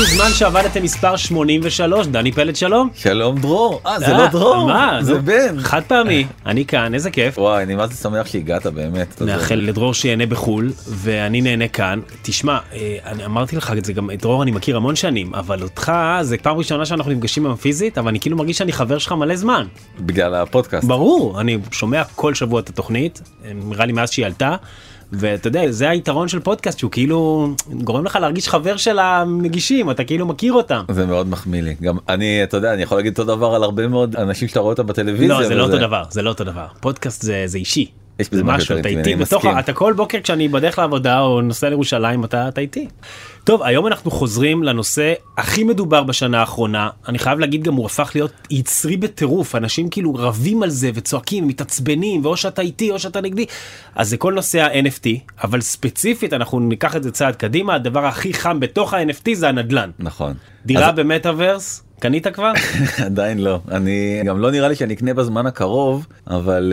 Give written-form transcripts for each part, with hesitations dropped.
זמן שעבדתם מספר 83, דני פלד שלום. שלום דרור, זה לא דרור, מה? זה בן. חד פעמי, אני כאן, איזה כיף. וואי, אני מה זה שמח שהגעת באמת. מאחל לדרור שיהנה בחול, ואני נהנה כאן. תשמע, אני אמרתי לך את זה גם, את דרור אני מכיר המון שנים, אבל אותך, זה פעם ראשונה שאנחנו נפגשים עם פיזית, אבל אני כאילו מרגיש שאני חבר שלך מלא זמן. בגלל הפודקאסט. ברור, אני שומע כל שבוע את התוכנית, נראה לי מאז שהיא עלתה, ואתה יודע, זה היתרון של פודקאסט, שהוא כאילו גורם לך להרגיש חבר של המגישים, אתה כאילו מכיר אותם. זה מאוד מחמיא לי. גם אני, אתה יודע, אני יכול להגיד אותו דבר על הרבה מאוד אנשים שאתה רואה אותם בטלוויזיה. לא, זה לא אותו דבר, זה לא אותו דבר. פודקאסט זה אישי. יש בזה משהו, אתה איתי בתוך, אתה כל בוקר כשאני בדרך לעבודה או נוסע לירושלים, אתה איתי. טוב, היום אנחנו חוזרים לנושא הכי מדובר בשנה האחרונה. אני חייב להגיד גם, הוא הפך להיות יצרי בטירוף. אנשים כאילו רבים על זה וצועקים, מתעצבנים, ואו שאתה איתי או שאתה נגדי. אז זה כל נושא ה-NFT, אבל ספציפית אנחנו ניקח את זה צעד קדימה. הדבר הכי חם בתוך ה-NFT זה הנדלן. נכון. דירה במטאברס, קנית כבר? עדיין לא. אני גם לא נראה לי שאני אקנה בזמן הקרוב, אבל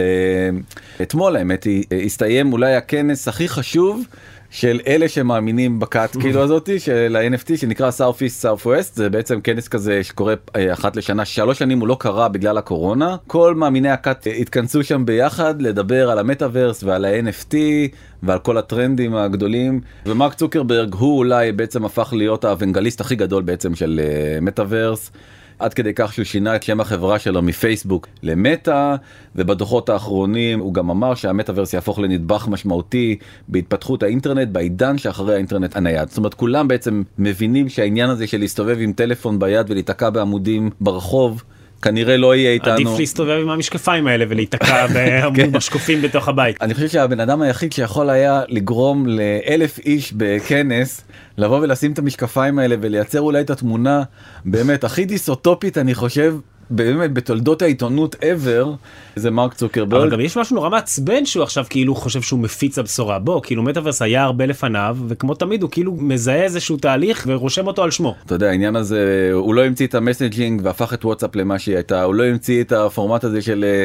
אתמול האמת הסתיים אולי הכנס הכי חשוב של אלה שמאמינים בכת כאילו הזאתי של ה-NFT שנקרא Southeast Southwest. זה בעצם כנס כזה שקורה אחת לשנה, 3 שנים הוא לא קרה בגלל הקורונה. כל מאמיני הכת התכנסו שם ביחד לדבר על המטאברס ועל ה-NFT ועל כל הטרנדים הגדולים, ומרק צוקרברג הוא אולי בעצם הפך להיות האוונגליסט הכי גדול בעצם של מטאברס, עד כדי כך שהוא שינה את שם החברה שלו מפייסבוק למטה, ובדוחות האחרונים הוא גם אמר שהמטאברס יהפוך לנדבך משמעותי בהתפתחות האינטרנט, בעידן שאחרי האינטרנט הנייד. זאת אומרת, כולם בעצם מבינים שהעניין הזה של להסתובב עם טלפון ביד ולהיתקע בעמודים ברחוב, כנראה לא יהיה איתנו. עדיף להסתובב עם המשקפיים האלה ולהיתקע במשקופים בתוך הבית. אני חושב שהבן אדם היחיד שיכול היה לגרום ל1,000 איש בכנס לבוא ולשים את המשקפיים האלה ולייצר אולי את התמונה באמת הכי דיסוטופית, אני חושב, באמת בתולדות העיתונות ever, זה מרק צוקרברג. אבל גם יש משהו נורא מעצבן שהוא עכשיו כאילו חושב שהוא מפיץ הבשורה. בוא, כאילו מטאברס היה הרבה לפניו, וכמו תמיד הוא כאילו מזהה איזשהו תהליך ורושם אותו על שמו. אתה יודע, העניין הזה, הוא לא המציא את המסנג'ינג והפך את וואטסאפ למה שהיא הייתה, הוא לא המציא את הפורמט הזה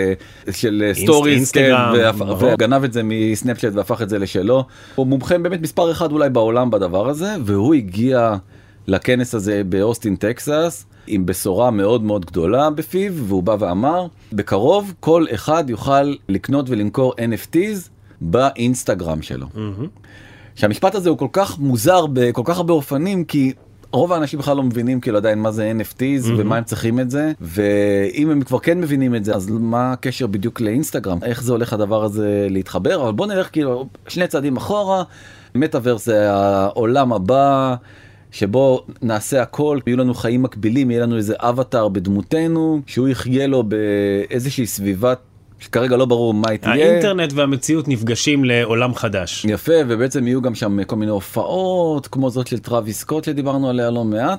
של סטוריז, וגנב את זה מסנאפצ'אט והפך את זה לשלו. הוא מומחה באמת מספר אחד אולי בעולם בדבר הזה, והוא הגיע לכנס הזה באוסטין, טקסס, עם בשורה מאוד מאוד גדולה בפיו, והוא בא ואמר, בקרוב כל אחד יוכל לקנות ולמכור NFTs באינסטגרם שלו. שהמשפט הזה הוא כל כך מוזר בכל כך הרבה אופנים, כי רוב האנשים בכלל לא מבינים כאילו עדיין מה זה NFTs ומה הם צריכים את זה, ואם הם כבר כן מבינים את זה, אז מה הקשר בדיוק לאינסטגרם? איך זה הולך הדבר הזה להתחבר? אבל בוא נלך כאילו 2 צעדים אחורה. מטאברס זה העולם הבא, שבו נעשה הכל, יהיו לנו חיים מקבילים, יהיה לנו איזה אבטר בדמותנו, שהוא יחיה לו באיזושהי סביבת, שכרגע לא ברור מה היא תהיה. האינטרנט והמציאות נפגשים לעולם חדש. יפה, ובעצם יהיו גם שם כל מיני הופעות, כמו זאת של טראביס סקוט שדיברנו עליה לא מעט.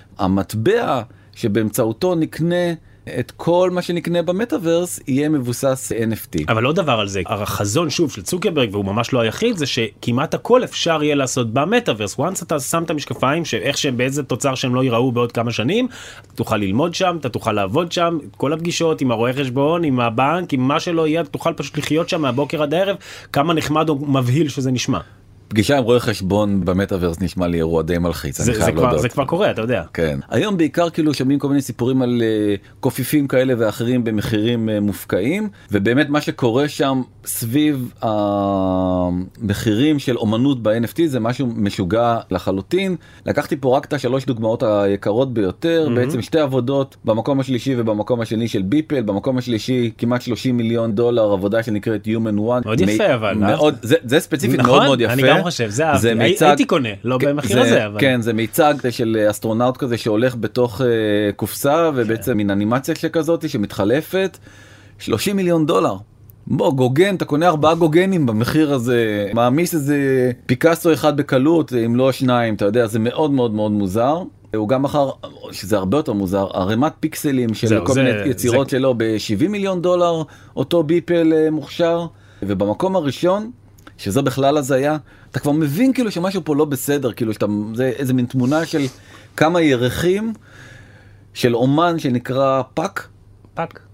המטבע שבאמצעותו נקנה את כל מה שנקנה במטאברס יהיה מבוסס NFT. אבל לא דבר על זה. החזון שוב של צוקרברג, והוא ממש לא היחיד, זה שכמעט הכל אפשר יהיה לעשות במטאברס. once אתה שם את המשקפיים, שאיך שהם באיזה תוצר שהם לא ייראו בעוד כמה שנים, אתה תוכל ללמוד שם, אתה תוכל לעבוד שם, כל הפגישות עם הרואה חשבון, עם הבנק, עם מה שלא יהיה, אתה תוכל פשוט לחיות שם מהבוקר עד הערב, כמה נחמד או מבהיל שזה נשמע. פגישה עם רואה חשבון במטאברס נשמע לי אירוע די מלחיץ. זה כבר קורה, אתה יודע. כן. היום בעיקר כאילו שומעים כל מיני סיפורים על קופיפים כאלה ואחרים במחירים מופקעים, ובאמת מה שקורה שם סביב המחירים של אומנות ב-NFT זה משהו משוגע לחלוטין. לקחתי פה רק את 3 דוגמאות היקרות ביותר, בעצם 2 עבודות במקום השלישי ובמקום השני של ביפל, במקום השלישי כמעט $30 מיליון, עבודה שנקראת Human One. מאוד יפה אבל. זה ספציפית מאוד מאוד יפה. אני גם חושב, זה הייתי קונה, לא במחיר הזה. כן, זה מיצג של אסטרונאוט כזה שהולך בתוך קופסה, ובעצם מין אנימציה שכזאת שמתחלפת, $30 מיליון. בוא, גוגן, אתה קונה 4 גוגנים במחיר הזה, מעמיס איזה פיקאסו אחד בקלות, אם לא 2, אתה יודע, זה מאוד מאוד מאוד מוזר. הוא גם אחר, שזה הרבה יותר מוזר, הרמת פיקסלים של כל מיני יצירות שלו $70 מיליון, אותו ביפל מוכשר, ובמקום הראשון, שזה בכלל הזיה, אתה כבר מבין כאילו שמשהו פה לא בסדר, כאילו זה איזה מין תמונה של כמה ירחים של אומן שנקרא פאק,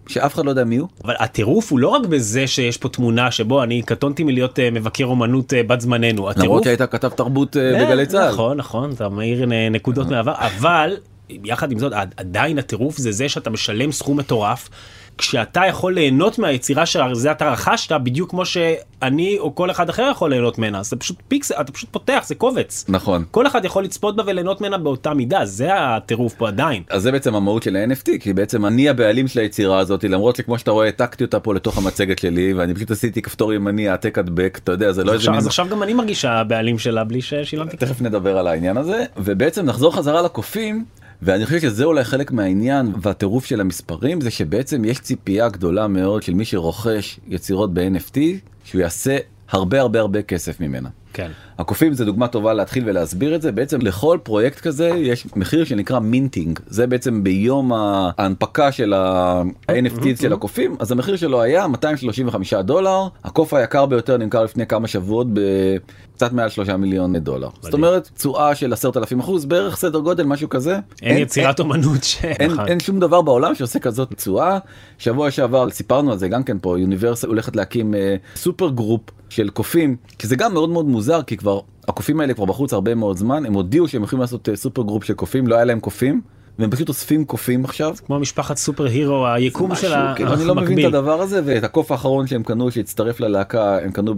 שאף אחד לא יודע מי הוא. אבל הטירוף הוא לא רק בזה שיש פה תמונה שבו אני קטונתי מלהיות מבקר אומנות בת זמננו. למרות שהיית כתב תרבות בגלי צה"ל. נכון, נכון, אתה מאיר נקודות מעבר, אבל יחד עם זאת, עדיין הטירוף זה שאתה משלם סכום מטורף, כשאתה יכול ליהנות מהיצירה שזה אתה רכשת, בדיוק כמו שאני או כל אחד אחר יכול ליהנות ממנה. זה פשוט פיקסל, אתה פשוט פותח, זה קובץ. נכון. כל אחד יכול לצפות בה וליהנות ממנה באותה מידה, זה הטירוף פה עדיין. אז זה בעצם המהות של ה-NFT, כי בעצם אני הבעלים של היצירה הזאת, למרות שכמו שאתה רואה, העתקתי אותה פה לתוך המצגת שלי, ואני פשוט עשיתי כפתור ימני, העתק הדבק, אתה יודע, זה לא איזה מין... אז עכשיו גם אני מרגיש הבעלים שלה בלי ששילמתי. תכף נדבר על העניין הזה, ובעצם נחזור חזרה לקופים, ואני חושב שזה אולי חלק מהעניין והטירוף של המספרים, זה שבעצם יש ציפייה גדולה מאוד של מי שרוכש יצירות ב-NFT, שהוא יעשה הרבה הרבה הרבה כסף ממנה. כן. הקופים זה דוגמה טובה להתחיל ולהסביר את זה. בעצם לכל פרויקט כזה יש מחיר שנקרא מינטינג. זה בעצם ביום ההנפקה של ה-NFT של הקופים, אז המחיר שלו היה $235. הקוף היקר ביותר נמכר לפני כמה שבועות קצת מעל $3 מיליון. זאת אומרת, תשואה של 10,000%, בערך סדר גודל, משהו כזה. אין יצירת אומנות אין שום דבר בעולם שעושה כזאת תשואה. שבוע שעבר סיפרנו על זה גם כן פה, יוניברסל הולכת להקים סופר גרופ של קופים, כי זה גם מאוד מאוד מוזר, כי כבר הקופים האלה כבר בחוץ הרבה מאוד זמן, הם הודיעו שהם יכולים לעשות סופר גרופ של קופים, לא היה להם קופים, והם פשוט אוספים קופים עכשיו. כמו משפחת סופר הירו, היקום של המקביל. אני לא מבין את הדבר הזה, ואת הקוף האחרון שהם קנו, שהצטרף ללהקה, הם קנו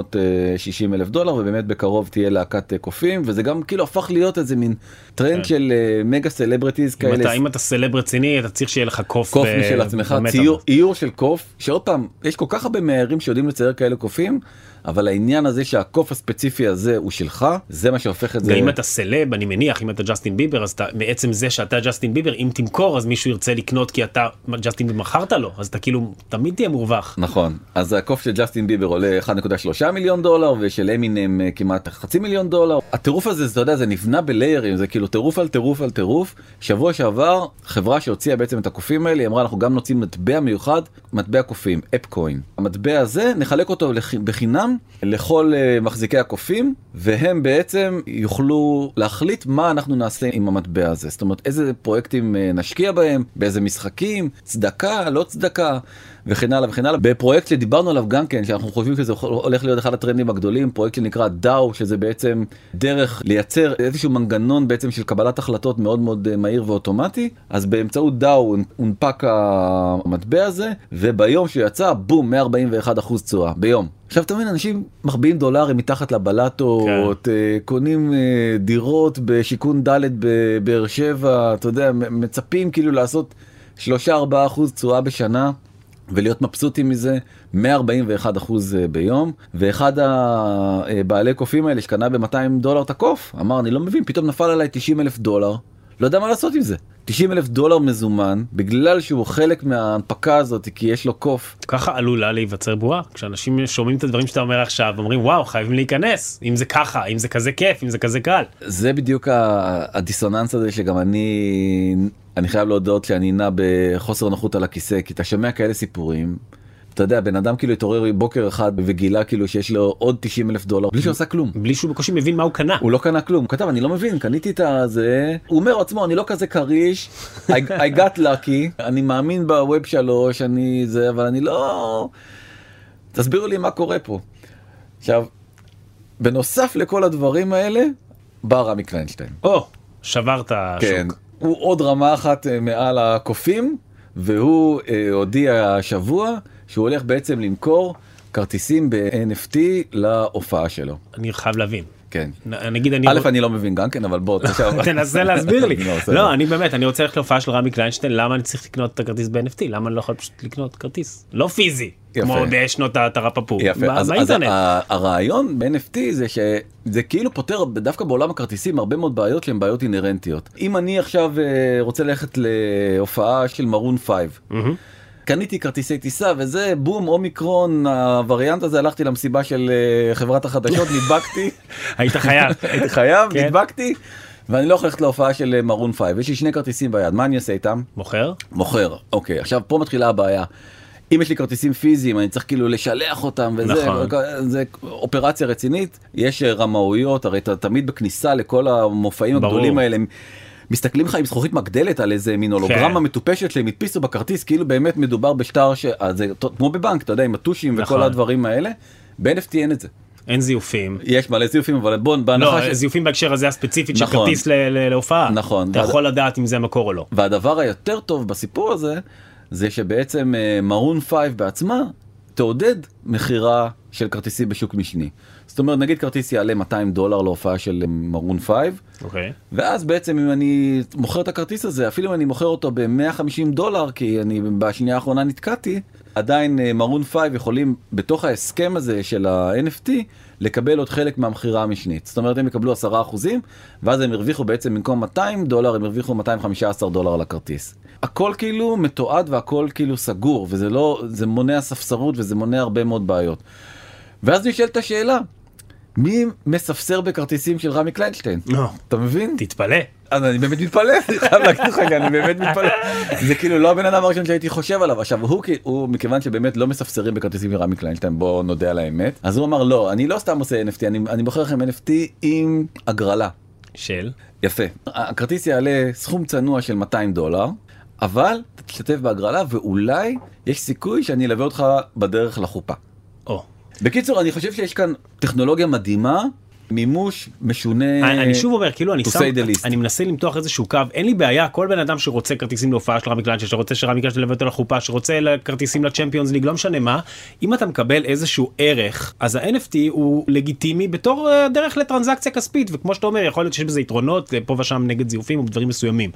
$360,000, ובאמת בקרוב תהיה להקת קופים, וזה גם כאילו הפך להיות איזה מין טרנד של מגה סלבריטיז כאלה. אם אתה סלב רציני, אתה צריך שיהיה לך קוף. קוף משל עצמך, איור של קוף, שעוד פעם, יש כל כך הרבה מהערים שיודעים לצייר כאלה קופים, אבל העניין הזה שהקוף הספציפי הזה הוא שלך, זה מה שהופך את זה. אם אתה סלב, אני מניח, אם אתה ג'סטין ביבר, אז בעצם זה שאתה ג'סטין ביבר, אם תמכור, אז מישהו ירצה לקנות כי אתה ג'סטין ביבר מכרת לו, אז אתה כאילו תמיד תהיה מורווח. נכון. אז הקוף של ג'סטין ביבר עולה $1.3 מיליון, ושל אמינם כמעט $500,000. הטירוף הזה, אתה יודע, זה נבנה בליירים, זה כאילו טירוף על טירוף על טירוף. שבוע שעבר, חברה שהוציאה בעצם את הקופים האלה, אמרה, אנחנו גם נוציא מטבע מיוחד, מטבע קופים, אפקוין. המטבע הזה, נחלק אותו בחינם לכל מחזיקי הקופים, והם בעצם יוכלו להחליט מה אנחנו נעשה עם המטבע הזה. זאת אומרת, איזה פרויקטים נשקיע בהם, באיזה משחקים, צדקה, לא צדקה, וכן הלאה וכן הלאה. בפרויקט שדיברנו עליו גם כן, שאנחנו חושבים שזה הולך להיות אחד הטרנדים הגדולים, פרויקט שנקרא DAO, שזה בעצם דרך לייצר איזשהו מנגנון בעצם של קבלת החלטות מאוד מאוד מהיר ואוטומטי. אז באמצעות DAO הונפק המטבע הזה, וביום שהוא יצא, בום, 141% תשואה, ביום. עכשיו אתה מבין, אנשים מחביאים דולרים מתחת לבלטות, קונים דירות בשיקון ד' בבאר שבע, אתה יודע, מצפים כאילו לעשות 3-4% תשואה בשנה, ולהיות מבסוטים מזה, 141% ביום, ואחד הבעלי קופים האלה שקנה $200 את הקוף, אמר, אני לא מבין, פתאום נפל עליי $90,000, לא יודע מה לעשות עם זה. $90,000 מזומן, בגלל שהוא חלק מההנפקה הזאת, כי יש לו קוף. ככה עלולה להיווצר בועה, כשאנשים שומעים את הדברים שאתה אומר עכשיו, אומרים, וואו, חייבים להיכנס, אם זה ככה, אם זה כזה כיף, אם זה כזה קל. זה בדיוק הדיסוננס הזה שגם אני חייב להודות שאני נע בחוסר נוחות על הכיסא, כי אתה שומע כאלה סיפורים, אתה יודע, בן אדם כאילו התעורר בוקר אחד וגילה כאילו שיש לו עוד $90,000 בלי שהוא עשה כלום. בלי שהוא בקושי מבין מה הוא קנה. הוא לא קנה כלום. הוא כתב, אני לא מבין, קניתי את זה. הוא אומר עצמו, אני לא כזה קריש, I got lucky, אני מאמין בווב 3, אני זה, אבל אני לא... תסבירו לי מה קורה פה. עכשיו, בנוסף לכל הדברים האלה, בא רמי קליינשטיין. שברת השוק. כן, הוא עוד רמה אחת מעל הקופים, והוא הודיע השבוע שהוא הולך בעצם למכור כרטיסים ב-NFT להופעה שלו. אני חייב להבין. כן. נגיד אני לא מבין גם כן, אבל בוא, תנסה להסביר לי. לא, אני באמת, אני רוצה ללכת להופעה של רמי קליינשטיין, למה אני צריך לקנות את הכרטיס ב-NFT? למה אני לא יכול פשוט לקנות כרטיס? לא פיזי, כמו בשנות התרפפור. יפה, אז הרעיון ב-NFT זה שזה כאילו פותר דווקא בעולם הכרטיסים הרבה מאוד בעיות שהן בעיות אינרנטיות. אם אני עכשיו רוצה ללכת להופעה של מרון 5, קניתי כרטיסי טיסה וזה, בום, אומיקרון, הווריאנט הזה, הלכתי למסיבה של חברת החדשות, נדבקתי. היית חייב. הייתי חייב, נדבקתי, ואני לא יכול ללכת להופעה של מרון 5, יש לי 2 כרטיסים ביד, מה אני אעשה איתם? מוכר? מוכר, אוקיי, עכשיו פה מתחילה הבעיה. אם יש לי כרטיסים פיזיים, אני צריך כאילו לשלח אותם, וזה זה אופרציה רצינית, יש רמאויות, הרי תמיד בכניסה לכל המופעים הגדולים האלה, מסתכלים לך עם זכוכית מגדלת על איזה מין הולוגרמה מטופשת שהם הדפיסו בכרטיס, כאילו באמת מדובר בשטר זה כמו בבנק, אתה יודע, עם הטושים וכל הדברים האלה. ב-NFT אין את זה. אין זיופים. יש מלא זיופים, אבל בוא, לא, זיופים בהקשר הזה הספציפית של כרטיס להופעה. נכון. אתה יכול לדעת אם זה המקור או לא. והדבר היותר טוב בסיפור הזה, זה שבעצם מרון 5 בעצמה תעודד מחירה של כרטיסים בשוק משני. זאת אומרת, נגיד כרטיס יעלה $200 להופעה של מרון 5, ואז בעצם אם אני מוכר את הכרטיס הזה, אפילו אם אני מוכר אותו $150, כי אני בשנייה האחרונה נתקעתי, עדיין מרון 5 יכולים בתוך ההסכם הזה של ה-NFT לקבל עוד חלק מהמחירה המשנית. זאת אומרת, הם יקבלו 10%, ואז הם הרוויחו בעצם במקום $200, הם הרוויחו $215 לכרטיס. הכל כאילו מתועד והכל כאילו סגור, וזה לא, זה מונע ספסרות וזה מונע הרבה מאוד בעיות. ואז נשאלת השאלה, מי מספסר בכרטיסים של רמי קליינשטיין? אתה מבין? תתפלא. אז אני באמת מתפלא, אני חייב להגיד לך, אני באמת מתפלא. זה כאילו לא הבן אדם הראשון שהייתי חושב עליו. עכשיו, הוא מכיוון שבאמת לא מספסרים בכרטיסים של רמי קליינשטיין, בוא נודה על האמת. אז הוא אמר, לא, אני לא סתם עושה NFT, אני בוחר לכם NFT עם הגרלה. של? יפה. הכרטיס יעלה סכום צנוע של $200, אבל אתה תשתתף בהגרלה, ואולי יש סיכוי שאני אלווה אותך בדרך לחופה. בקיצור, אני חושב שיש כאן טכנולוגיה מדהימה, מימוש משונה. אני שוב אומר, כאילו אני מנסה למתוח איזשהו קו, אין לי בעיה, כל בן אדם שרוצה כרטיסים להופעה של רמי קליינשטיין, שרוצה שרמי קליינשטיין ילווה אותו לחופה, שרוצה כרטיסים לצ'מפיונס ליג, לא משנה מה, אם אתה מקבל איזשהו ערך, אז ה-NFT הוא לגיטימי בתור דרך לטרנזקציה כספית, וכמו שאתה אומר, יכול להיות שיש בזה יתרונות, פה ושם נגד זיופים או דברים מסוימים.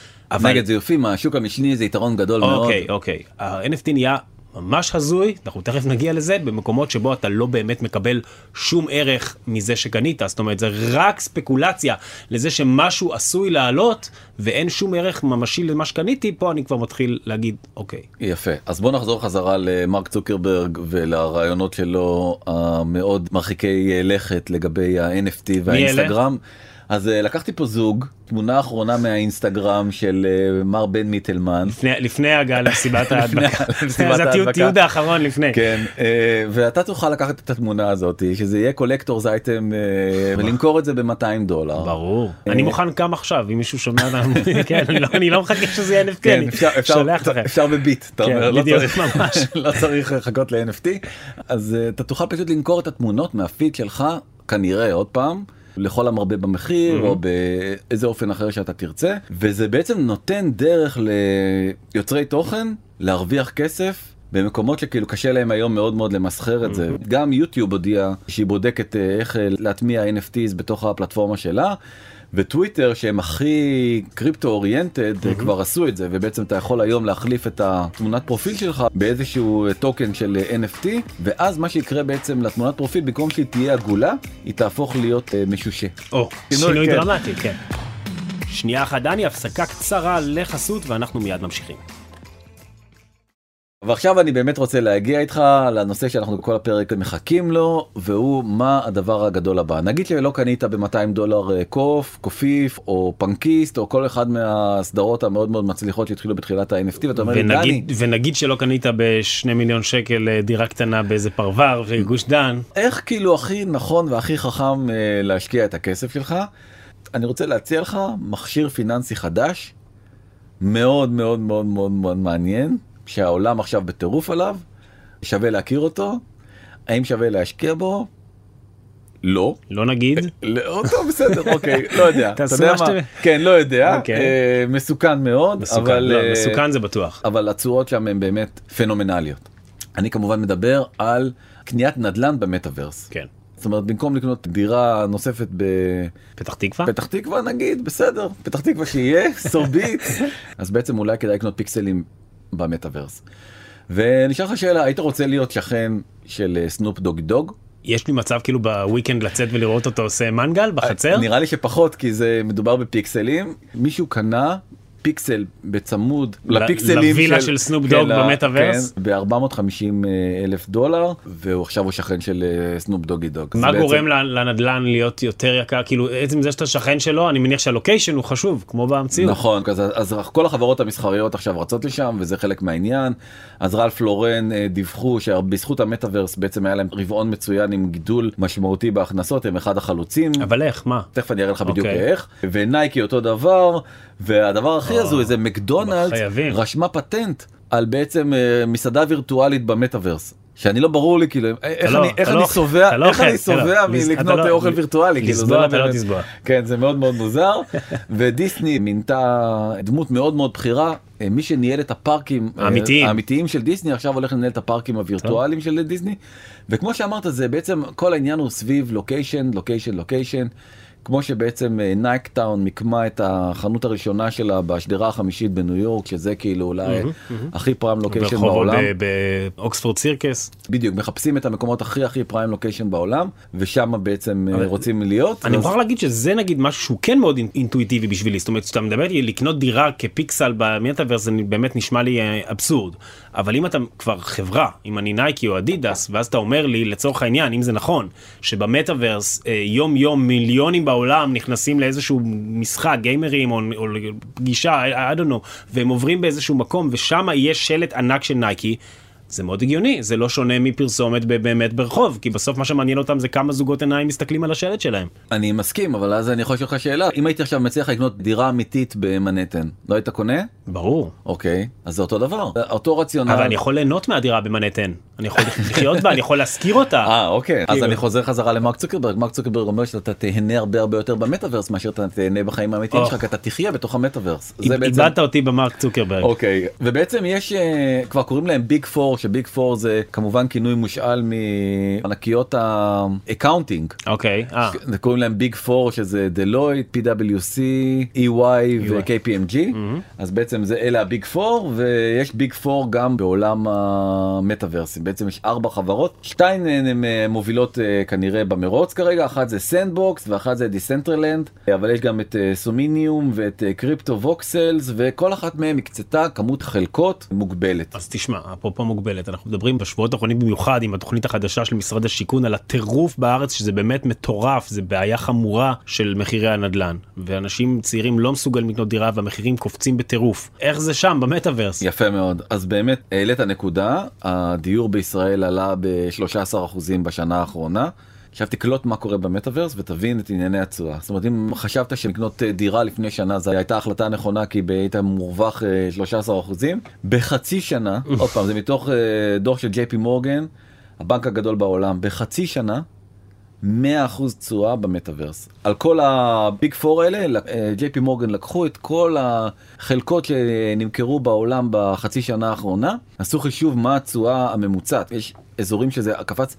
נגד זיופים, השוק המשני זה יתרון גדול מאוד. אוקיי. ה-NFT נהיה ממש הזוי, אנחנו תכף נגיע לזה, במקומות שבו אתה לא באמת מקבל שום ערך מזה שקנית, זאת אומרת, זה רק ספקולציה לזה שמשהו עשוי לעלות, ואין שום ערך ממשי למה שקניתי, פה אני כבר מתחיל להגיד, אוקיי. יפה, אז בוא נחזור חזרה למרק צוקרברג, ולרעיונות שלו המאוד מרחיקי לכת לגבי ה-NFT והאינסטגרם. אז לקחתי פה זוג, תמונה האחרונה מהאינסטגרם של מר בן מיטלמן. לפני הגעה למסיבת ההדבקה. זה התיעוד האחרון לפני. כן, ואתה תוכל לקחת את התמונה הזאת, שזה יהיה קולקטורס אייטם, ולמכור את זה $200. ברור. אני מוכן קם עכשיו, אם מישהו שומע, אני לא מחכה שזה יהיה NFT, אני שולח לכם. אפשר בביט, אתה אומר, לא צריך לחכות ל-NFT. אז אתה תוכל פשוט למכור את התמונות מהפיד שלך, כנראה עוד פעם, לכל המרבה במחיר, או באיזה אופן אחר שאתה תרצה, וזה בעצם נותן דרך ליוצרי תוכן להרוויח כסף במקומות שכאילו קשה להם היום מאוד מאוד למסחר את זה. גם יוטיוב הודיע שהיא בודקת איך להטמיע NFTs בתוך הפלטפורמה שלה, וטוויטר שהם הכי קריפטו אוריינטד כבר עשו את זה, ובעצם אתה יכול היום להחליף את התמונת פרופיל שלך באיזשהו טוקן של NFT, ואז מה שיקרה בעצם לתמונת פרופיל, במקום שהיא תהיה עגולה, היא תהפוך להיות משושה. שינוי דרמטי, כן. שנייה אחת דני, הפסקה קצרה לחסות ואנחנו מיד ממשיכים. ועכשיו אני באמת רוצה להגיע איתך לנושא שאנחנו כל הפרק מחכים לו, והוא מה הדבר הגדול הבא. נגיד שלא קנית $200 קופיף או פנקיסט או כל אחד מהסדרות המאוד מאוד מצליחות שהתחילו בתחילת ה-NFT, ואתה אומר לי, דני... ונגיד שלא קנית ב2 מיליון שקל דירה קטנה באיזה פרוור וגוש דן. איך כאילו הכי נכון והכי חכם להשקיע את הכסף שלך? אני רוצה להציע לך מכשיר פיננסי חדש, מאוד מאוד מאוד מאוד מאוד מעניין, שהעולם עכשיו בטירוף עליו, שווה להכיר אותו, האם שווה להשקיע בו? לא. לא נגיד. לא, טוב, בסדר, אוקיי, לא יודע. אתה יודע מה? כן, לא יודע, מסוכן מאוד, מסוכן זה בטוח. אבל התשואות שם הן באמת פנומנליות. אני כמובן מדבר על קניית נדל"ן במטאברס. כן. זאת אומרת, במקום לקנות דירה נוספת פתח תקווה? פתח תקווה נגיד, בסדר, פתח תקווה שיהיה, סורבית. אז בעצם אולי כדאי לקנות פיקסלים במטאברס. ונשאר לך שאלה, היית רוצה להיות שכן של סנופ דוג דוג? יש לי מצב כאילו בוויקנד לצאת ולראות אותו עושה מנגל בחצר? נראה לי שפחות, כי זה מדובר בפיקסלים. מישהו קנה פיקסל בצמוד לפיקסלים לווילה של סנופ דוג במטאברס. כן, $450,000, ועכשיו הוא שכן של סנופ דוגי דוג. מה גורם לנדלן להיות יותר יקר? כאילו, עצם זה שאתה שכן שלו, אני מניח שהלוקיישן הוא חשוב, כמו במציאות. נכון, אז כל החברות המסחריות עכשיו רצות לשם, וזה חלק מהעניין. אז רלף לורן דיווחו שבזכות המטאברס בעצם היה להם רבעון מצוין עם גידול משמעותי בהכנסות, הם אחד החלוצים. אבל איך? מה? תכף אני אראה לך בדיוק איך. ונייקי אותו דבר, והדבר הכי הזוי זה מקדונלדס רשמה פטנט על בעצם מסעדה וירטואלית במטאברס. שאני לא ברור לי, כאילו, איך אני סובע מלקנות אוכל וירטואלי. לסבוע אתה לא תסבוע. כן, זה מאוד מאוד מוזר. ודיסני מינתה דמות מאוד מאוד בכירה, מי שניהל את הפארקים האמיתיים של דיסני, עכשיו הולך לנהל את הפארקים הווירטואליים של דיסני. וכמו שאמרת, זה בעצם כל העניין הוא סביב לוקיישן, לוקיישן, לוקיישן. כמו שבעצם נייקטאון מיקמה את החנות הראשונה שלה בשדרה החמישית בניו יורק, שזה כאילו אולי הכי פריים לוקיישן בעולם. באוקספורד סירקס. בדיוק, מחפשים את המקומות הכי פריים לוקיישן בעולם, ושם בעצם רוצים להיות. אני מוכרח להגיד שזה נגיד משהו שהוא כן מאוד אינטואיטיבי בשבילי, זאת אומרת, שאתה מדבר לי לקנות דירה כפיקסל במטאברס, זה באמת נשמע לי אבסורד. אבל אם אתה כבר חברה, אם אני נייקי או אדידס, ואז אתה אומר לי, לצורך העניין, אם זה נכון, שבמטאברס יום יום מיליונים בעולם נכנסים לאיזשהו משחק, גיימרים או פגישה, I don't know, והם עוברים באיזשהו מקום, ושם יש שלט ענק של נייקי, זה מאוד הגיוני, זה לא שונה מפרסומת באמת ברחוב, כי בסוף מה שמעניין אותם זה כמה זוגות עיניים מסתכלים על השלט שלהם. אני מסכים, אבל אז אני יכול לשאול לך שאלה, אם הייתי עכשיו מציע לך לקנות דירה אמיתית במנהטן, לא היית קונה? ברור. אוקיי, אז זה אותו דבר, אותו רציונל. אבל אני יכול ליהנות מהדירה במנהטן, אני יכול לחיות בה, אני יכול להשכיר אותה. אוקיי, אז אני חוזר חזרה למרק צוקרברג, מרק צוקרברג אומר שאתה תהנה הרבה יותר במטאברס, מאשר אתה תהנה בחיים האמיתיים שלך, כי אתה תחיה בתוך המטאברס. איבדת אותי במרק צוקרברג. אוקיי, ובעצם יש, כבר קוראים להם ביג פור, שביג פור זה כמובן כינוי מושאל מענקיות האקאונטינג. אוקיי. קוראים להם ביג פור, שזה דלויט, PwC, EY ו-KPMG. אז בעצם זה אלה הביג פור, ויש ביג פור גם בעולם המטאברסים. בעצם יש 4 חברות, 2 הן מובילות כנראה במרוץ כרגע, אחת זה סנדבוקס ואחת זה דיסנטרלנד, אבל יש גם את סומיניום ואת קריפטו ווקסלס, וכל אחת מהן הקצתה כמות חלקות מוגבלת. אז תשמע, אפרופו מוגבלת, אנחנו מדברים בשבועות האחרונים במיוחד עם התוכנית החדשה של משרד השיכון על הטירוף בארץ, שזה באמת מטורף, זה בעיה חמורה של מחירי הנדלן, ואנשים צעירים לא מסוגלים לקנות דירה והמחירים קופצים בטירוף. איך זה שם במטאברס? יפה מאוד. אז באמת העלית הנקודה, הדיור בישראל עלה ב-13% בשנה האחרונה. עכשיו תקלוט מה קורה במטאברס ותבין את ענייני התשואה. זאת אומרת, אם חשבת שלקנות דירה לפני שנה, זו הייתה החלטה נכונה, כי היית מורווח 13%. בחצי שנה, עוד פעם, זה מתוך דוח של ג'יי פי מורגן, הבנק הגדול בעולם, בחצי שנה, 100% תשואה במטאברס. על כל הביג פור האלה, ג'יי פי מורגן לקחו את כל החלקות שנמכרו בעולם בחצי שנה האחרונה, עשו חישוב מה התשואה הממוצעת. יש אזורים שזה קפץ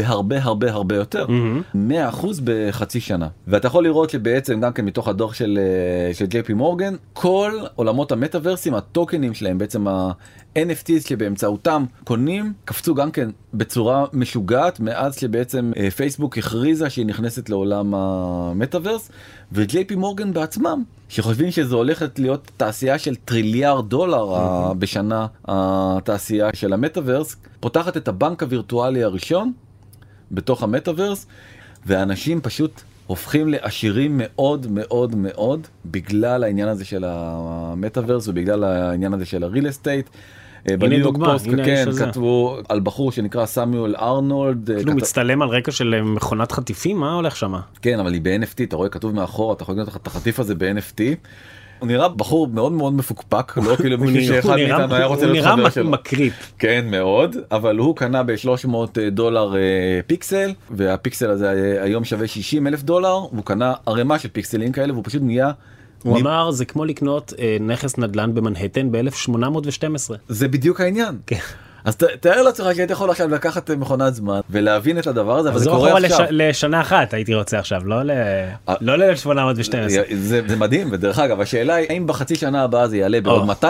בהרבה יותר, 100% בחצי שנה. ואתה יכול לראות שבעצם גם כן מתוך הדוח של ג'יי פי מורגן, כל עולמות המטאברסים, הטוקנים שלהם, בעצם ה-NFTs שבאמצעותם קונים, קפצו גם כן בצורה משוגעת, מאז שבעצם פייסבוק הכריזה שהיא נכנסת לעולם המטאברס, וג'יי פי מורגן בעצמם, שחושבים שזו הולכת להיות תעשייה של $1 טריליארד בשנה, התעשייה של המטאברס, פותחת את הבנק הווירטואלי הראשון בתוך המטאברס, ואנשים פשוט הופכים לעשירים מאוד מאוד מאוד בגלל העניין הזה של המטאברס ובגלל העניין הזה של הריל אסטייט. הנה דוגמה, הנה כן, כתבו על בחור שנקרא סמיול ארנולד. כאילו מצטלם על רקע של מכונת חטיפים, מה הולך שם? כן, אבל היא ב-NFT, אתה רואה כתוב מאחור, אתה יכול לקנות את החטיף הזה ב-NFT. הוא נראה בחור מאוד מאוד מפוקפק, לא כאילו מישהו שאחד מאיתנו היה רוצה להיות חבר שלו. הוא נראה מקריפ. כן, מאוד, אבל הוא קנה $300 פיקסל, והפיקסל הזה היום שווה $60,000, והוא קנה ערימה של פיקסלים כאלה, והוא פשוט נהיה... הוא אמר, זה כמו לקנות נכס נדל"ן במנהטן ב-1812. זה בדיוק העניין. כן. אז תאר לעצמך שהיית יכול עכשיו לקחת מכונת זמן ולהבין את הדבר הזה, אבל זה קורה עכשיו. לשנה אחת הייתי רוצה עכשיו, לא ל-1812. זה מדהים, ודרך אגב, השאלה היא, האם בחצי שנה הבאה זה יעלה בעוד 200%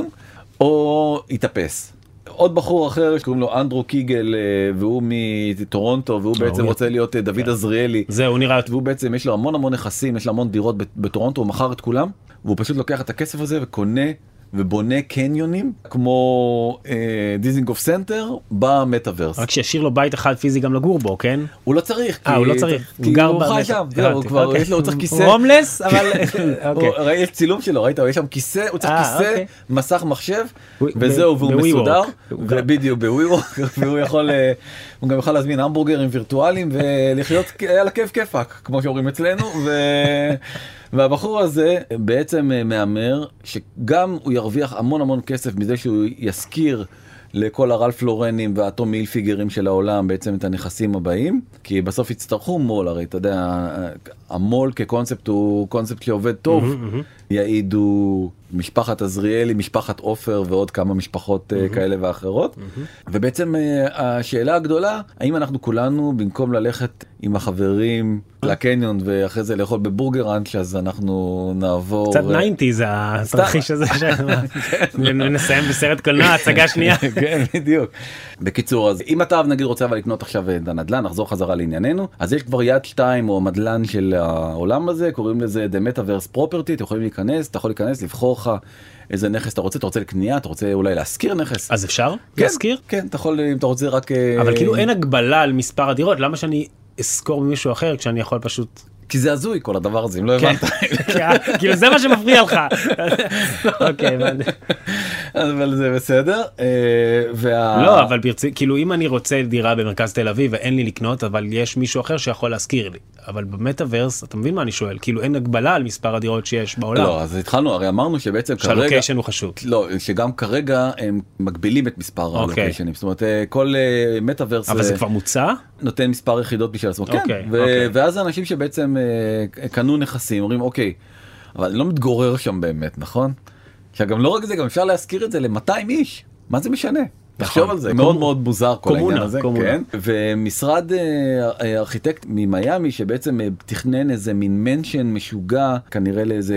או יתאפס? עוד בחור אחר שקוראים לו אנדרו קיגל, והוא מטורונטו, והוא בעצם רוצה להיות דוד עזריאלי. זהו, נראה. והוא בעצם, יש לו המון נכסים, יש לו המון דירות בטורונטו, הוא מכר את כולם. והוא פשוט לוקח את הכסף הזה וקונה ובונה קניונים כמו דיזינגוף סנטר במטאברס. רק שישאיר לו בית אחד פיזי גם לגור בו, כן? הוא לא צריך. הוא לא צריך. הוא גר חי שם, הוא צריך כיסא. הוא הומלס, אבל... יש צילום שלו, ראית? יש שם כיסא, הוא צריך כיסא, מסך מחשב, וזהו, והוא מסודר. בדיוק, בוויוורק, והוא יכול... הוא גם יכול להזמין המבורגרים וירטואליים ולחיות על הכיף כיפק, כמו שאומרים אצלנו, והבחור הזה בעצם מאמר שגם הוא ירוויח המון המון כסף מזה שהוא יזכיר לכל הרלף לורנים והטומי הילפיגרים של העולם בעצם את הנכסים הבאים, כי בסוף יצטרכו מול, הרי אתה יודע, המול כקונספט הוא קונספט שעובד טוב, יעידו משפחת עזריאלי, משפחת עופר ועוד כמה משפחות כאלה ואחרות, ובעצם השאלה הגדולה, האם אנחנו כולנו במקום ללכת עם החברים לקניון ואחרי זה לאכול בבורגראנץ' אז אנחנו נעבור... קצת 90 זה התרחיש הזה, נסיים בסרט קולנוע, הצגה שנייה. כן, בדיוק. בקיצור, אז אם אתה נגיד רוצה לקנות עכשיו את הנדל"ן, נחזור חזרה לענייננו, אז יש כבר יד 2 או מדלן של העולם הזה, קוראים לזה The Metaverse Property, אתה יכול להיכנס, לבחור לך איזה נכס אתה רוצה לקנייה, אתה רוצה אולי להשכיר נכס. אז אפשר להשכיר? כן, אתה יכול, אם אתה רוצה רק... אבל כאילו אין הגבלה על מספר הדירות, למה שאני אזכור ממישהו אחר כשאני יכול פשוט... כי זה הזוי כל הדבר הזה, אם לא הבנת. כאילו זה מה שמפריע לך. אוקיי, אבל זה בסדר. לא, אבל כאילו אם אני רוצה דירה במרכז תל אביב ואין לי לקנות, אבל יש מישהו אחר שיכול להזכיר לי. אבל במטאברס, אתה מבין מה אני שואל? כאילו אין הגבלה על מספר הדירות שיש בעולם. לא, אז התחלנו, הרי אמרנו שבעצם כרגע... שהלוקיישן הוא חשוב. לא, שגם כרגע הם מגבילים את מספר הלוקיישנים. זאת אומרת, כל מטאברס... אבל זה כבר מוצע? נותן מספר יחידות בשביל עצמו. כן, ואז האנשים שבעצם קנו נכסים, אומרים, אוקיי, אבל אני לא מתגורר שם באמת, נכון? שגם לא רק זה, גם אפשר להזכיר את זה ל-200 איש. מה זה משנה? תחשוב על זה, מאוד מאוד מוזר כל העניין הזה, כן? ומשרד ארכיטקט ממיימי שבעצם תכנן איזה מין מנשן משוגע, כנראה לאיזה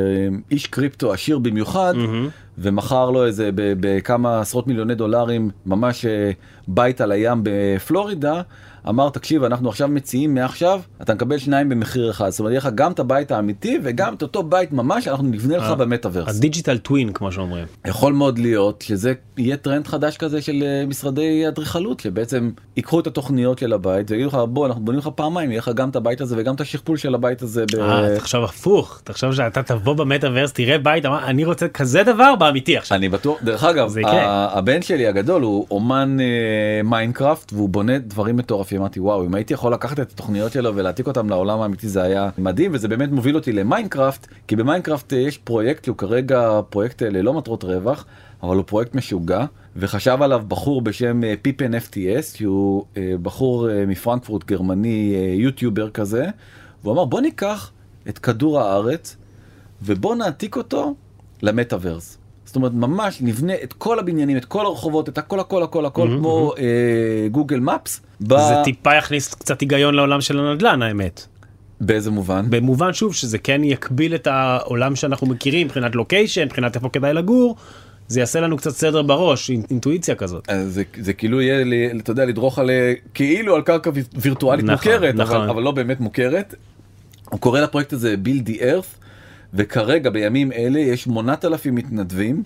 איש קריפטו עשיר במיוחד, ומחר לו איזה בכמה עשרות מיליוני דולרים, ממש בית על הים בפלורידה, אמר, תקשיב, אנחנו עכשיו מציעים מעכשיו, אתה מקבל 2 במחיר אחד. זאת אומרת, יהיה לך גם את הבית האמיתי, וגם את אותו בית ממש, אנחנו נבנה לך במטאברס. הדיג'יטל טווין, כמו שאומרים. יכול מאוד להיות שזה יהיה טרנד חדש כזה של משרדי אדריכלות, שבעצם ייקחו את התוכניות של הבית, ויגידו לך, בוא, אנחנו בונים לך פעמיים, יהיה לך גם את הבית הזה, וגם את השכפול של הבית הזה. תחשוב הפוך, תחשוב שאתה תבוא במטאברס, תראה בית, אני רוצה כזה דבר באמיתי עכשיו. אני בטוח, דרך אגב, הבן שלי הגדול הוא אומן מיינקראפט, והוא בונה דברים מטורפים. אמרתי, וואו, אם הייתי יכול לקחת את התוכניות שלו ולהעתיק אותם לעולם האמיתי, זה היה מדהים, וזה באמת מוביל אותי למיינקראפט, כי במיינקראפט יש פרויקט, שהוא כרגע פרויקט ללא מטרות רווח, אבל הוא פרויקט משוגע, וחשב עליו בחור בשם פיפן FTS, שהוא בחור מפרנקפורט גרמני, יוטיובר כזה, והוא אמר, בוא ניקח את כדור הארץ, ובוא נעתיק אותו למטאברס. זאת אומרת, ממש נבנה את כל הבניינים, את כל הרחובות, את הכל, כמו גוגל מפס. זה טיפה יכניס קצת היגיון לעולם של הנדל"ן, האמת. באיזה מובן? במובן, שוב, שזה כן יקביל את העולם שאנחנו מכירים, מבחינת לוקיישן, מבחינת איפה כדאי לגור, זה יעשה לנו קצת סדר בראש, אינטואיציה כזאת. זה כאילו יהיה, אתה יודע, לדרוך כאילו על קרקע וירטואלית מוכרת, אבל לא באמת מוכרת. הוא קורא לפרויקט הזה Build the Earth, וכרגע בימים אלה יש 8,000 מתנדבים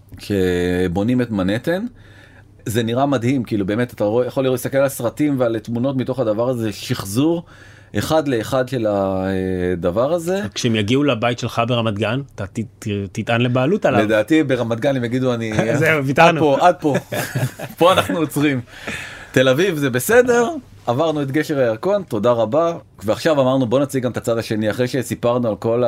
שבונים את מנהטן. זה נראה מדהים, כאילו באמת אתה יכול להסתכל על סרטים ועל תמונות מתוך הדבר הזה, שחזור אחד לאחד של הדבר הזה. כשהם יגיעו לבית שלך ברמת גן, אתה תטען לבעלות עליו. לדעתי ברמת גן הם יגידו, זהו, ויתרנו. עד פה, פה אנחנו עוצרים. תל אביב זה בסדר, עברנו את גשר הירקון, תודה רבה. ועכשיו אמרנו בוא נציג גם את הצד השני, אחרי שסיפרנו על כל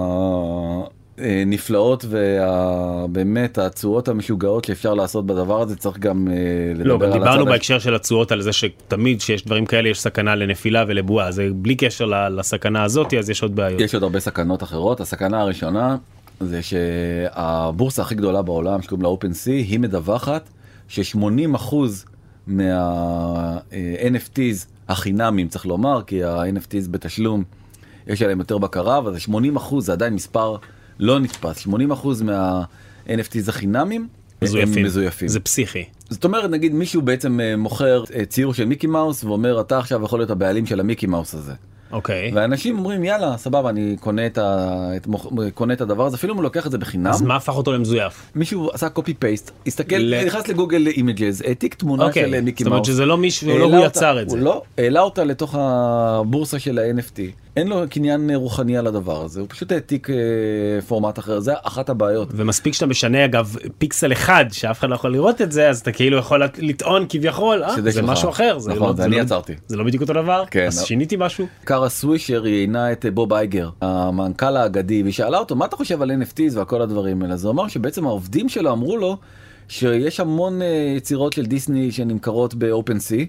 הנפלאות ובאמת הצורות המשוגעות שאפשר לעשות בדבר הזה, צריך גם לדבר על הצד. לא, דיברנו בהקשר של הצורות על זה שתמיד שיש דברים כאלה יש סכנה לנפילה ולבועה, זה בלי קשר לסכנה הזאת, אז יש עוד בעיות. יש עוד הרבה סכנות אחרות. הסכנה הראשונה זה שהבורסה הכי גדולה בעולם, שקוראים לה OpenSea, היא מדווחת ש80% מה-NFTs החינמים, צריך לומר, כי ה-NFTs בתשלום יש עליהם יותר בקרה, אבל 80% זה עדיין מספר לא נתפס. 80% מה-NFTs החינמים הם מזויפים. זה פסיכי. זאת אומרת, נגיד מישהו בעצם מוכר ציור של מיקי מאוס, ואומר, אתה עכשיו יכול להיות הבעלים של המיקי מאוס הזה. אוקיי. ואנשים אומרים יאללה סבבה אני קונה את הדבר הזה, אפילו אם הוא לוקח את זה בחינם. אז מה הפך אותו למזויף? מישהו עשה קופי פייסט, הסתכל, נכנס לגוגל אימג'ז, העתיק תמונה של מיקי מאוס. זאת אומרת שזה לא מישהו, לא הוא יצר את זה. הוא לא, העלה אותה לתוך הבורסה של ה-NFT. אין לו קניין רוחני על הדבר הזה, הוא פשוט העתיק פורמט אחר, זה אחת הבעיות. ומספיק שאתה משנה אגב פיקסל אחד, שאף אחד לא יכול לראות את זה, אז אתה כאילו יכול לטעון כביכול, זה משהו אחר. נכון, זה אני יצרתי. זה לא בדיוק אותו דבר? אז שיניתי משהו? קארה סווישר ראיינה את בוב אייגר, המנכ"ל האגדי, והיא שאלה אותו, מה אתה חושב על NFTs והכל הדברים האלה? אז הוא אמר שבעצם העובדים שלו אמרו לו, שיש המון יצירות של דיסני שנמכרות באופן סי,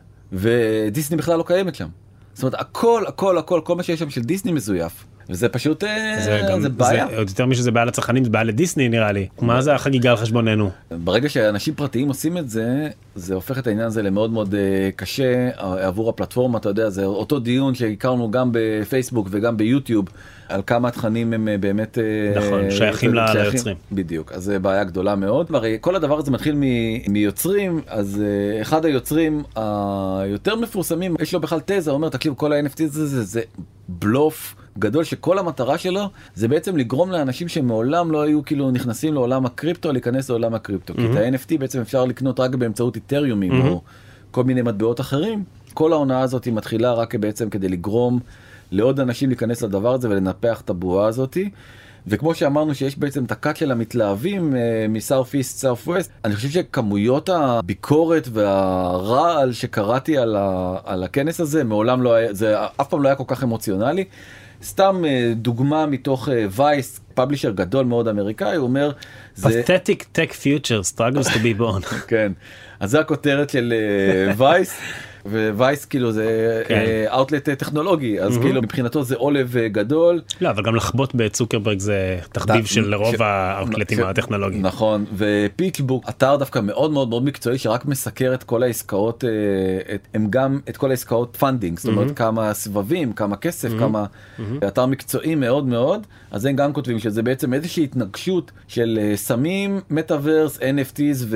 ודיסני בכלל לא קיימת שם. זאת אומרת, כל מה שיש שם של דיסני מזויף. וזה פשוט, זה בעיה. עוד יותר משזה בעיה לצרכנים, זה בעיה לדיסני נראה לי. מה זה החגיגה על חשבוננו? ברגע שאנשים פרטיים עושים את זה, זה הופך את העניין הזה למאוד מאוד קשה עבור הפלטפורמה, אתה יודע, זה אותו דיון שהכרנו גם בפייסבוק וגם ביוטיוב, על כמה התכנים הם באמת נכון, שייכים ליוצרים. בדיוק, אז זה בעיה גדולה מאוד. הרי כל הדבר הזה מתחיל מיוצרים, אז אחד היוצרים היותר מפורסמים, יש לו בכלל תזה, הוא אומר, תקשיב, כל ה-NFT זה בלוף גדול שכל המטרה שלו זה בעצם לגרום לאנשים שמעולם לא היו כאילו נכנסים לעולם הקריפטו, להיכנס לעולם הקריפטו. כי את ה-NFT בעצם אפשר לקנות רק באמצעות איתריומים או כל מיני מטבעות אחרים. כל העונה הזאת היא מתחילה רק בעצם כדי לגרום לעוד אנשים להיכנס לדבר הזה ולנפח את הבועה הזאת. וכמו שאמרנו שיש בעצם את הקאט של המתלהבים מסאוף איסט, סאוף ווסט, אני חושב שכמויות הביקורת והרעל שקראתי על הכנס הזה, מעולם לא היה, זה אף פעם לא היה כל כך אמוציונלי. סתם דוגמה מתוך וייס, פאבלישר גדול מאוד אמריקאי, הוא אומר... Pathetic tech future struggles to be born. כן, אז זה הכותרת של וייס. ווייס כאילו זה אאוטלט טכנולוגי, אז כאילו מבחינתו זה עולב גדול. לא, אבל גם לחבוט בצוקרברג זה תחביב של רוב האאוטלטים הטכנולוגיים. נכון, ופיצ'בוק, אתר דווקא מאוד מאוד מאוד מקצועי שרק מסקר את כל העסקאות, הם גם את כל העסקאות פנדינג, זאת אומרת כמה סבבים, כמה כסף, כמה, אתר מקצועי מאוד מאוד, אז הם גם כותבים שזה בעצם איזושהי התנגשות של סמים, מטאברס, NFTs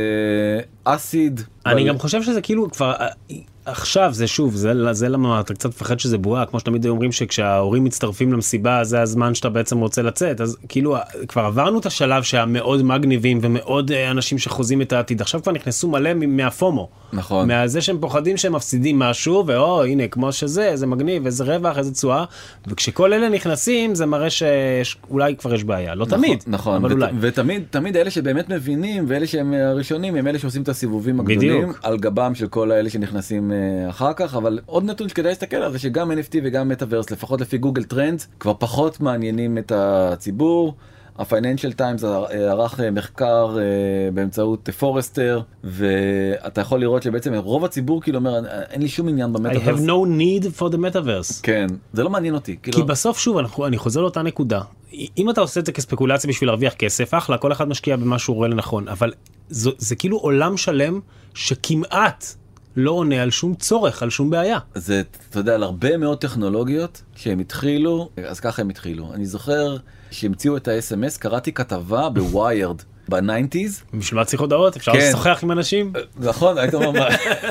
ואסיד. אני גם חושב שזה כאילו כבר עכשיו זה שוב זה למה אתה קצת מפחד שזה בועה, כמו שתמיד אומרים שכשההורים מצטרפים למסיבה זה הזמן שאתה בעצם רוצה לצאת, אז כאילו כבר עברנו את השלב שהמאוד מגניבים ומאוד אנשים שחוזים את העתיד, עכשיו כבר נכנסו מלא מהפומו, נכון, מהזה שהם פוחדים שהם מפסידים משהו הנה כמו שזה, איזה מגניב, איזה רווח, איזה צועה, וכשכל אלה נכנסים זה מראה שאולי כבר יש בעיה, לא תמיד, נכון, אבל אולי. ותמיד אלה שבאמת מבינים ואלה שהם הראשונים הם אלה שעושים את הסיבובים הגדולים על גבם של כל האלה שנכנסים אחר כך. אבל עוד נתון שכדאי להסתכל על זה שגם NFT וגם מטאברס, לפחות לפי גוגל טרנדס, כבר פחות מעניינים את הציבור. הפייננשל טיימס ערך מחקר באמצעות פורסטר, ואתה יכול לראות שבעצם רוב הציבור כאילו אומר, אין לי שום עניין במטאברס. I have no need for the metaverse. כן, זה לא מעניין אותי. כי בסוף שוב, אני חוזר לאותה נקודה. אם אתה עושה את זה כספקולציה בשביל להרוויח כסף, אחלה, כל אחד משקיע במה שהוא רואה לנכון, אבל זה כאילו עולם שלם שכמעט לא עונה על שום צורך, על שום בעיה. זה, אתה יודע, על הרבה מאוד טכנולוגיות שהם התחילו, אז ככה הם התחילו. אני זוכר שהמציאו את ה-SMS, קראתי כתבה בוויירד ב-90s. בשביל מה צריך הודעות? אפשר לשוחח עם אנשים? נכון, היית אומר,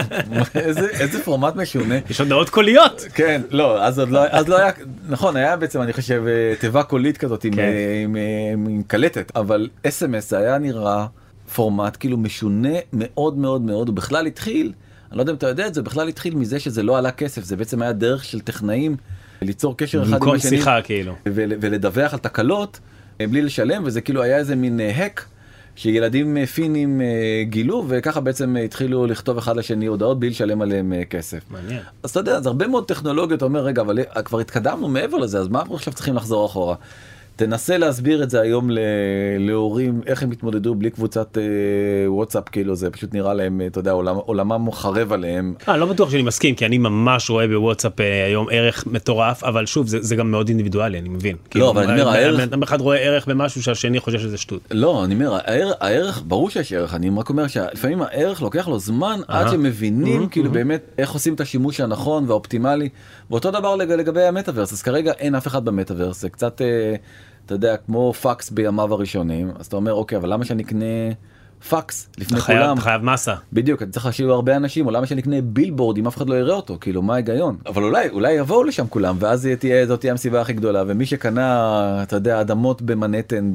איזה פורמט משונה. יש הודעות קוליות. כן, לא, אז לא היה, נכון, היה בעצם, אני חושב, תיבה קולית כזאת עם קלטת, אבל SMS היה נראה פורמט כאילו משונה מאוד מאוד מאוד, הוא בכלל התחיל, אני לא יודע אם אתה יודע את זה, בכלל התחיל מזה שזה לא עלה כסף, זה בעצם היה דרך של טכנאים ליצור קשר אחד עם השני. שיחה כאילו. ולדווח על תקלות בלי לשלם, וזה כאילו היה איזה מין האק שילדים פינים גילו, וככה בעצם התחילו לכתוב אחד לשני הודעות בלי לשלם עליהם כסף. מעניין. אז אתה יודע, אז הרבה מאוד טכנולוגיות, אתה אומר, רגע, אבל כבר התקדמנו מעבר לזה, אז מה אנחנו עכשיו צריכים לחזור אחורה? תנסה להסביר את זה היום להורים, איך הם התמודדו בלי קבוצת וואטסאפ, כאילו זה פשוט נראה להם, אתה יודע, עולמם חרב עליהם. לא בטוח שאני מסכים, כי אני ממש רואה בוואטסאפ היום ערך מטורף, אבל שוב, זה גם מאוד אינדיבידואלי, אני מבין. לא, אבל אני אומר, הערך... אחד רואה ערך במשהו שהשני חושב שזה שטות. לא, אני אומר, הערך, ברור שיש ערך, אני רק אומר שלפעמים הערך לוקח לו זמן עד שמבינים, כאילו באמת, איך עושים את השימוש הנכון והאופטימלי, ואותו דבר לגבי המטאברס, אז כרגע אין אף אחד במטאברס, זה קצת... אתה יודע, כמו פקס בימיו הראשונים, אז אתה אומר, אוקיי, אבל למה שאני אקנה פקס לפני כולם. אתה חייב מסה. בדיוק, אני צריך שיהיו הרבה אנשים, או למה שנקנה בילבורד אם אף אחד לא יראה אותו, כאילו מה ההיגיון? אבל אולי יבואו לשם כולם, ואז זאת תהיה המסיבה הכי גדולה, ומי שקנה, אתה יודע, אדמות במנהטן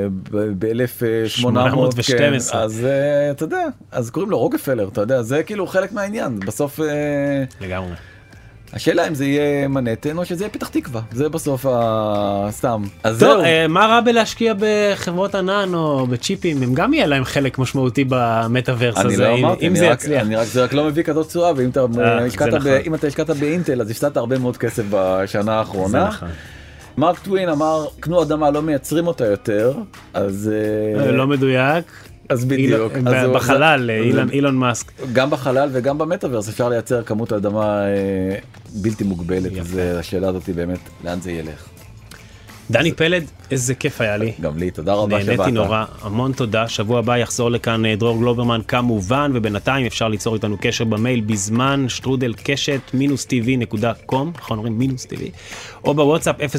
ב-1812, אז אתה יודע, אז קוראים לו רוקפלר, אתה יודע, זה כאילו חלק מהעניין, בסוף... לגמרי. השאלה אם זה יהיה מנהטן או שזה יהיה פתח תקווה, זה בסוף סתם. טוב, מה רע בלהשקיע בחברות ענן או בצ'יפים? הם גם יהיה להם חלק משמעותי במטאברס הזה, אם זה יצליח. זה רק לא מביא כזאת צורה, ואם אתה השקעת באינטל, אז הפסדת הרבה מאוד כסף בשנה האחרונה. זה נכון. מרק טווין אמר, קנו אדמה, לא מייצרים אותה יותר, אז... לא מדויק. אז בדיוק. בחלל, אילון מאסק. גם בחלל וגם במטאברס אפשר לייצר כמות אדמה בלתי מוגבלת, אז השאלה הזאת היא באמת, לאן זה ילך? דני פלד, איזה כיף היה לי. גם לי, תודה רבה שבאת. נהניתי נורא, המון תודה. שבוע הבא יחזור לכאן דרור גלוברמן כמובן, ובינתיים אפשר ליצור איתנו קשר במייל בזמן strudel-tv.com, נכון אומרים מינוס TV, או בוואטסאפ 03-767-6012,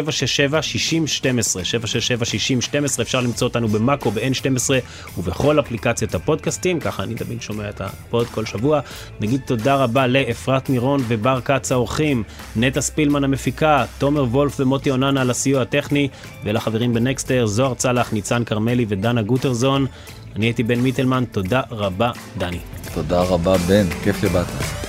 767-6012, אפשר למצוא אותנו במאק או ב-N12 ובכל אפליקציות הפודקאסטים, ככה אני תמיד שומע את הפוד כל שבוע. נגיד תודה רבה לאפרת מירון ובר קץ האורחים, נטע ספילמן המפיקה, תומר וולף ומוטי עוננה על הסיוע הטכני, ולחברים בנקסטר, זוהר צלח, ניצן קרמלי ודנה גוטרזון. אני הייתי בן מיטלמן, תודה רבה דני. תודה רבה בן, כיף שבאת.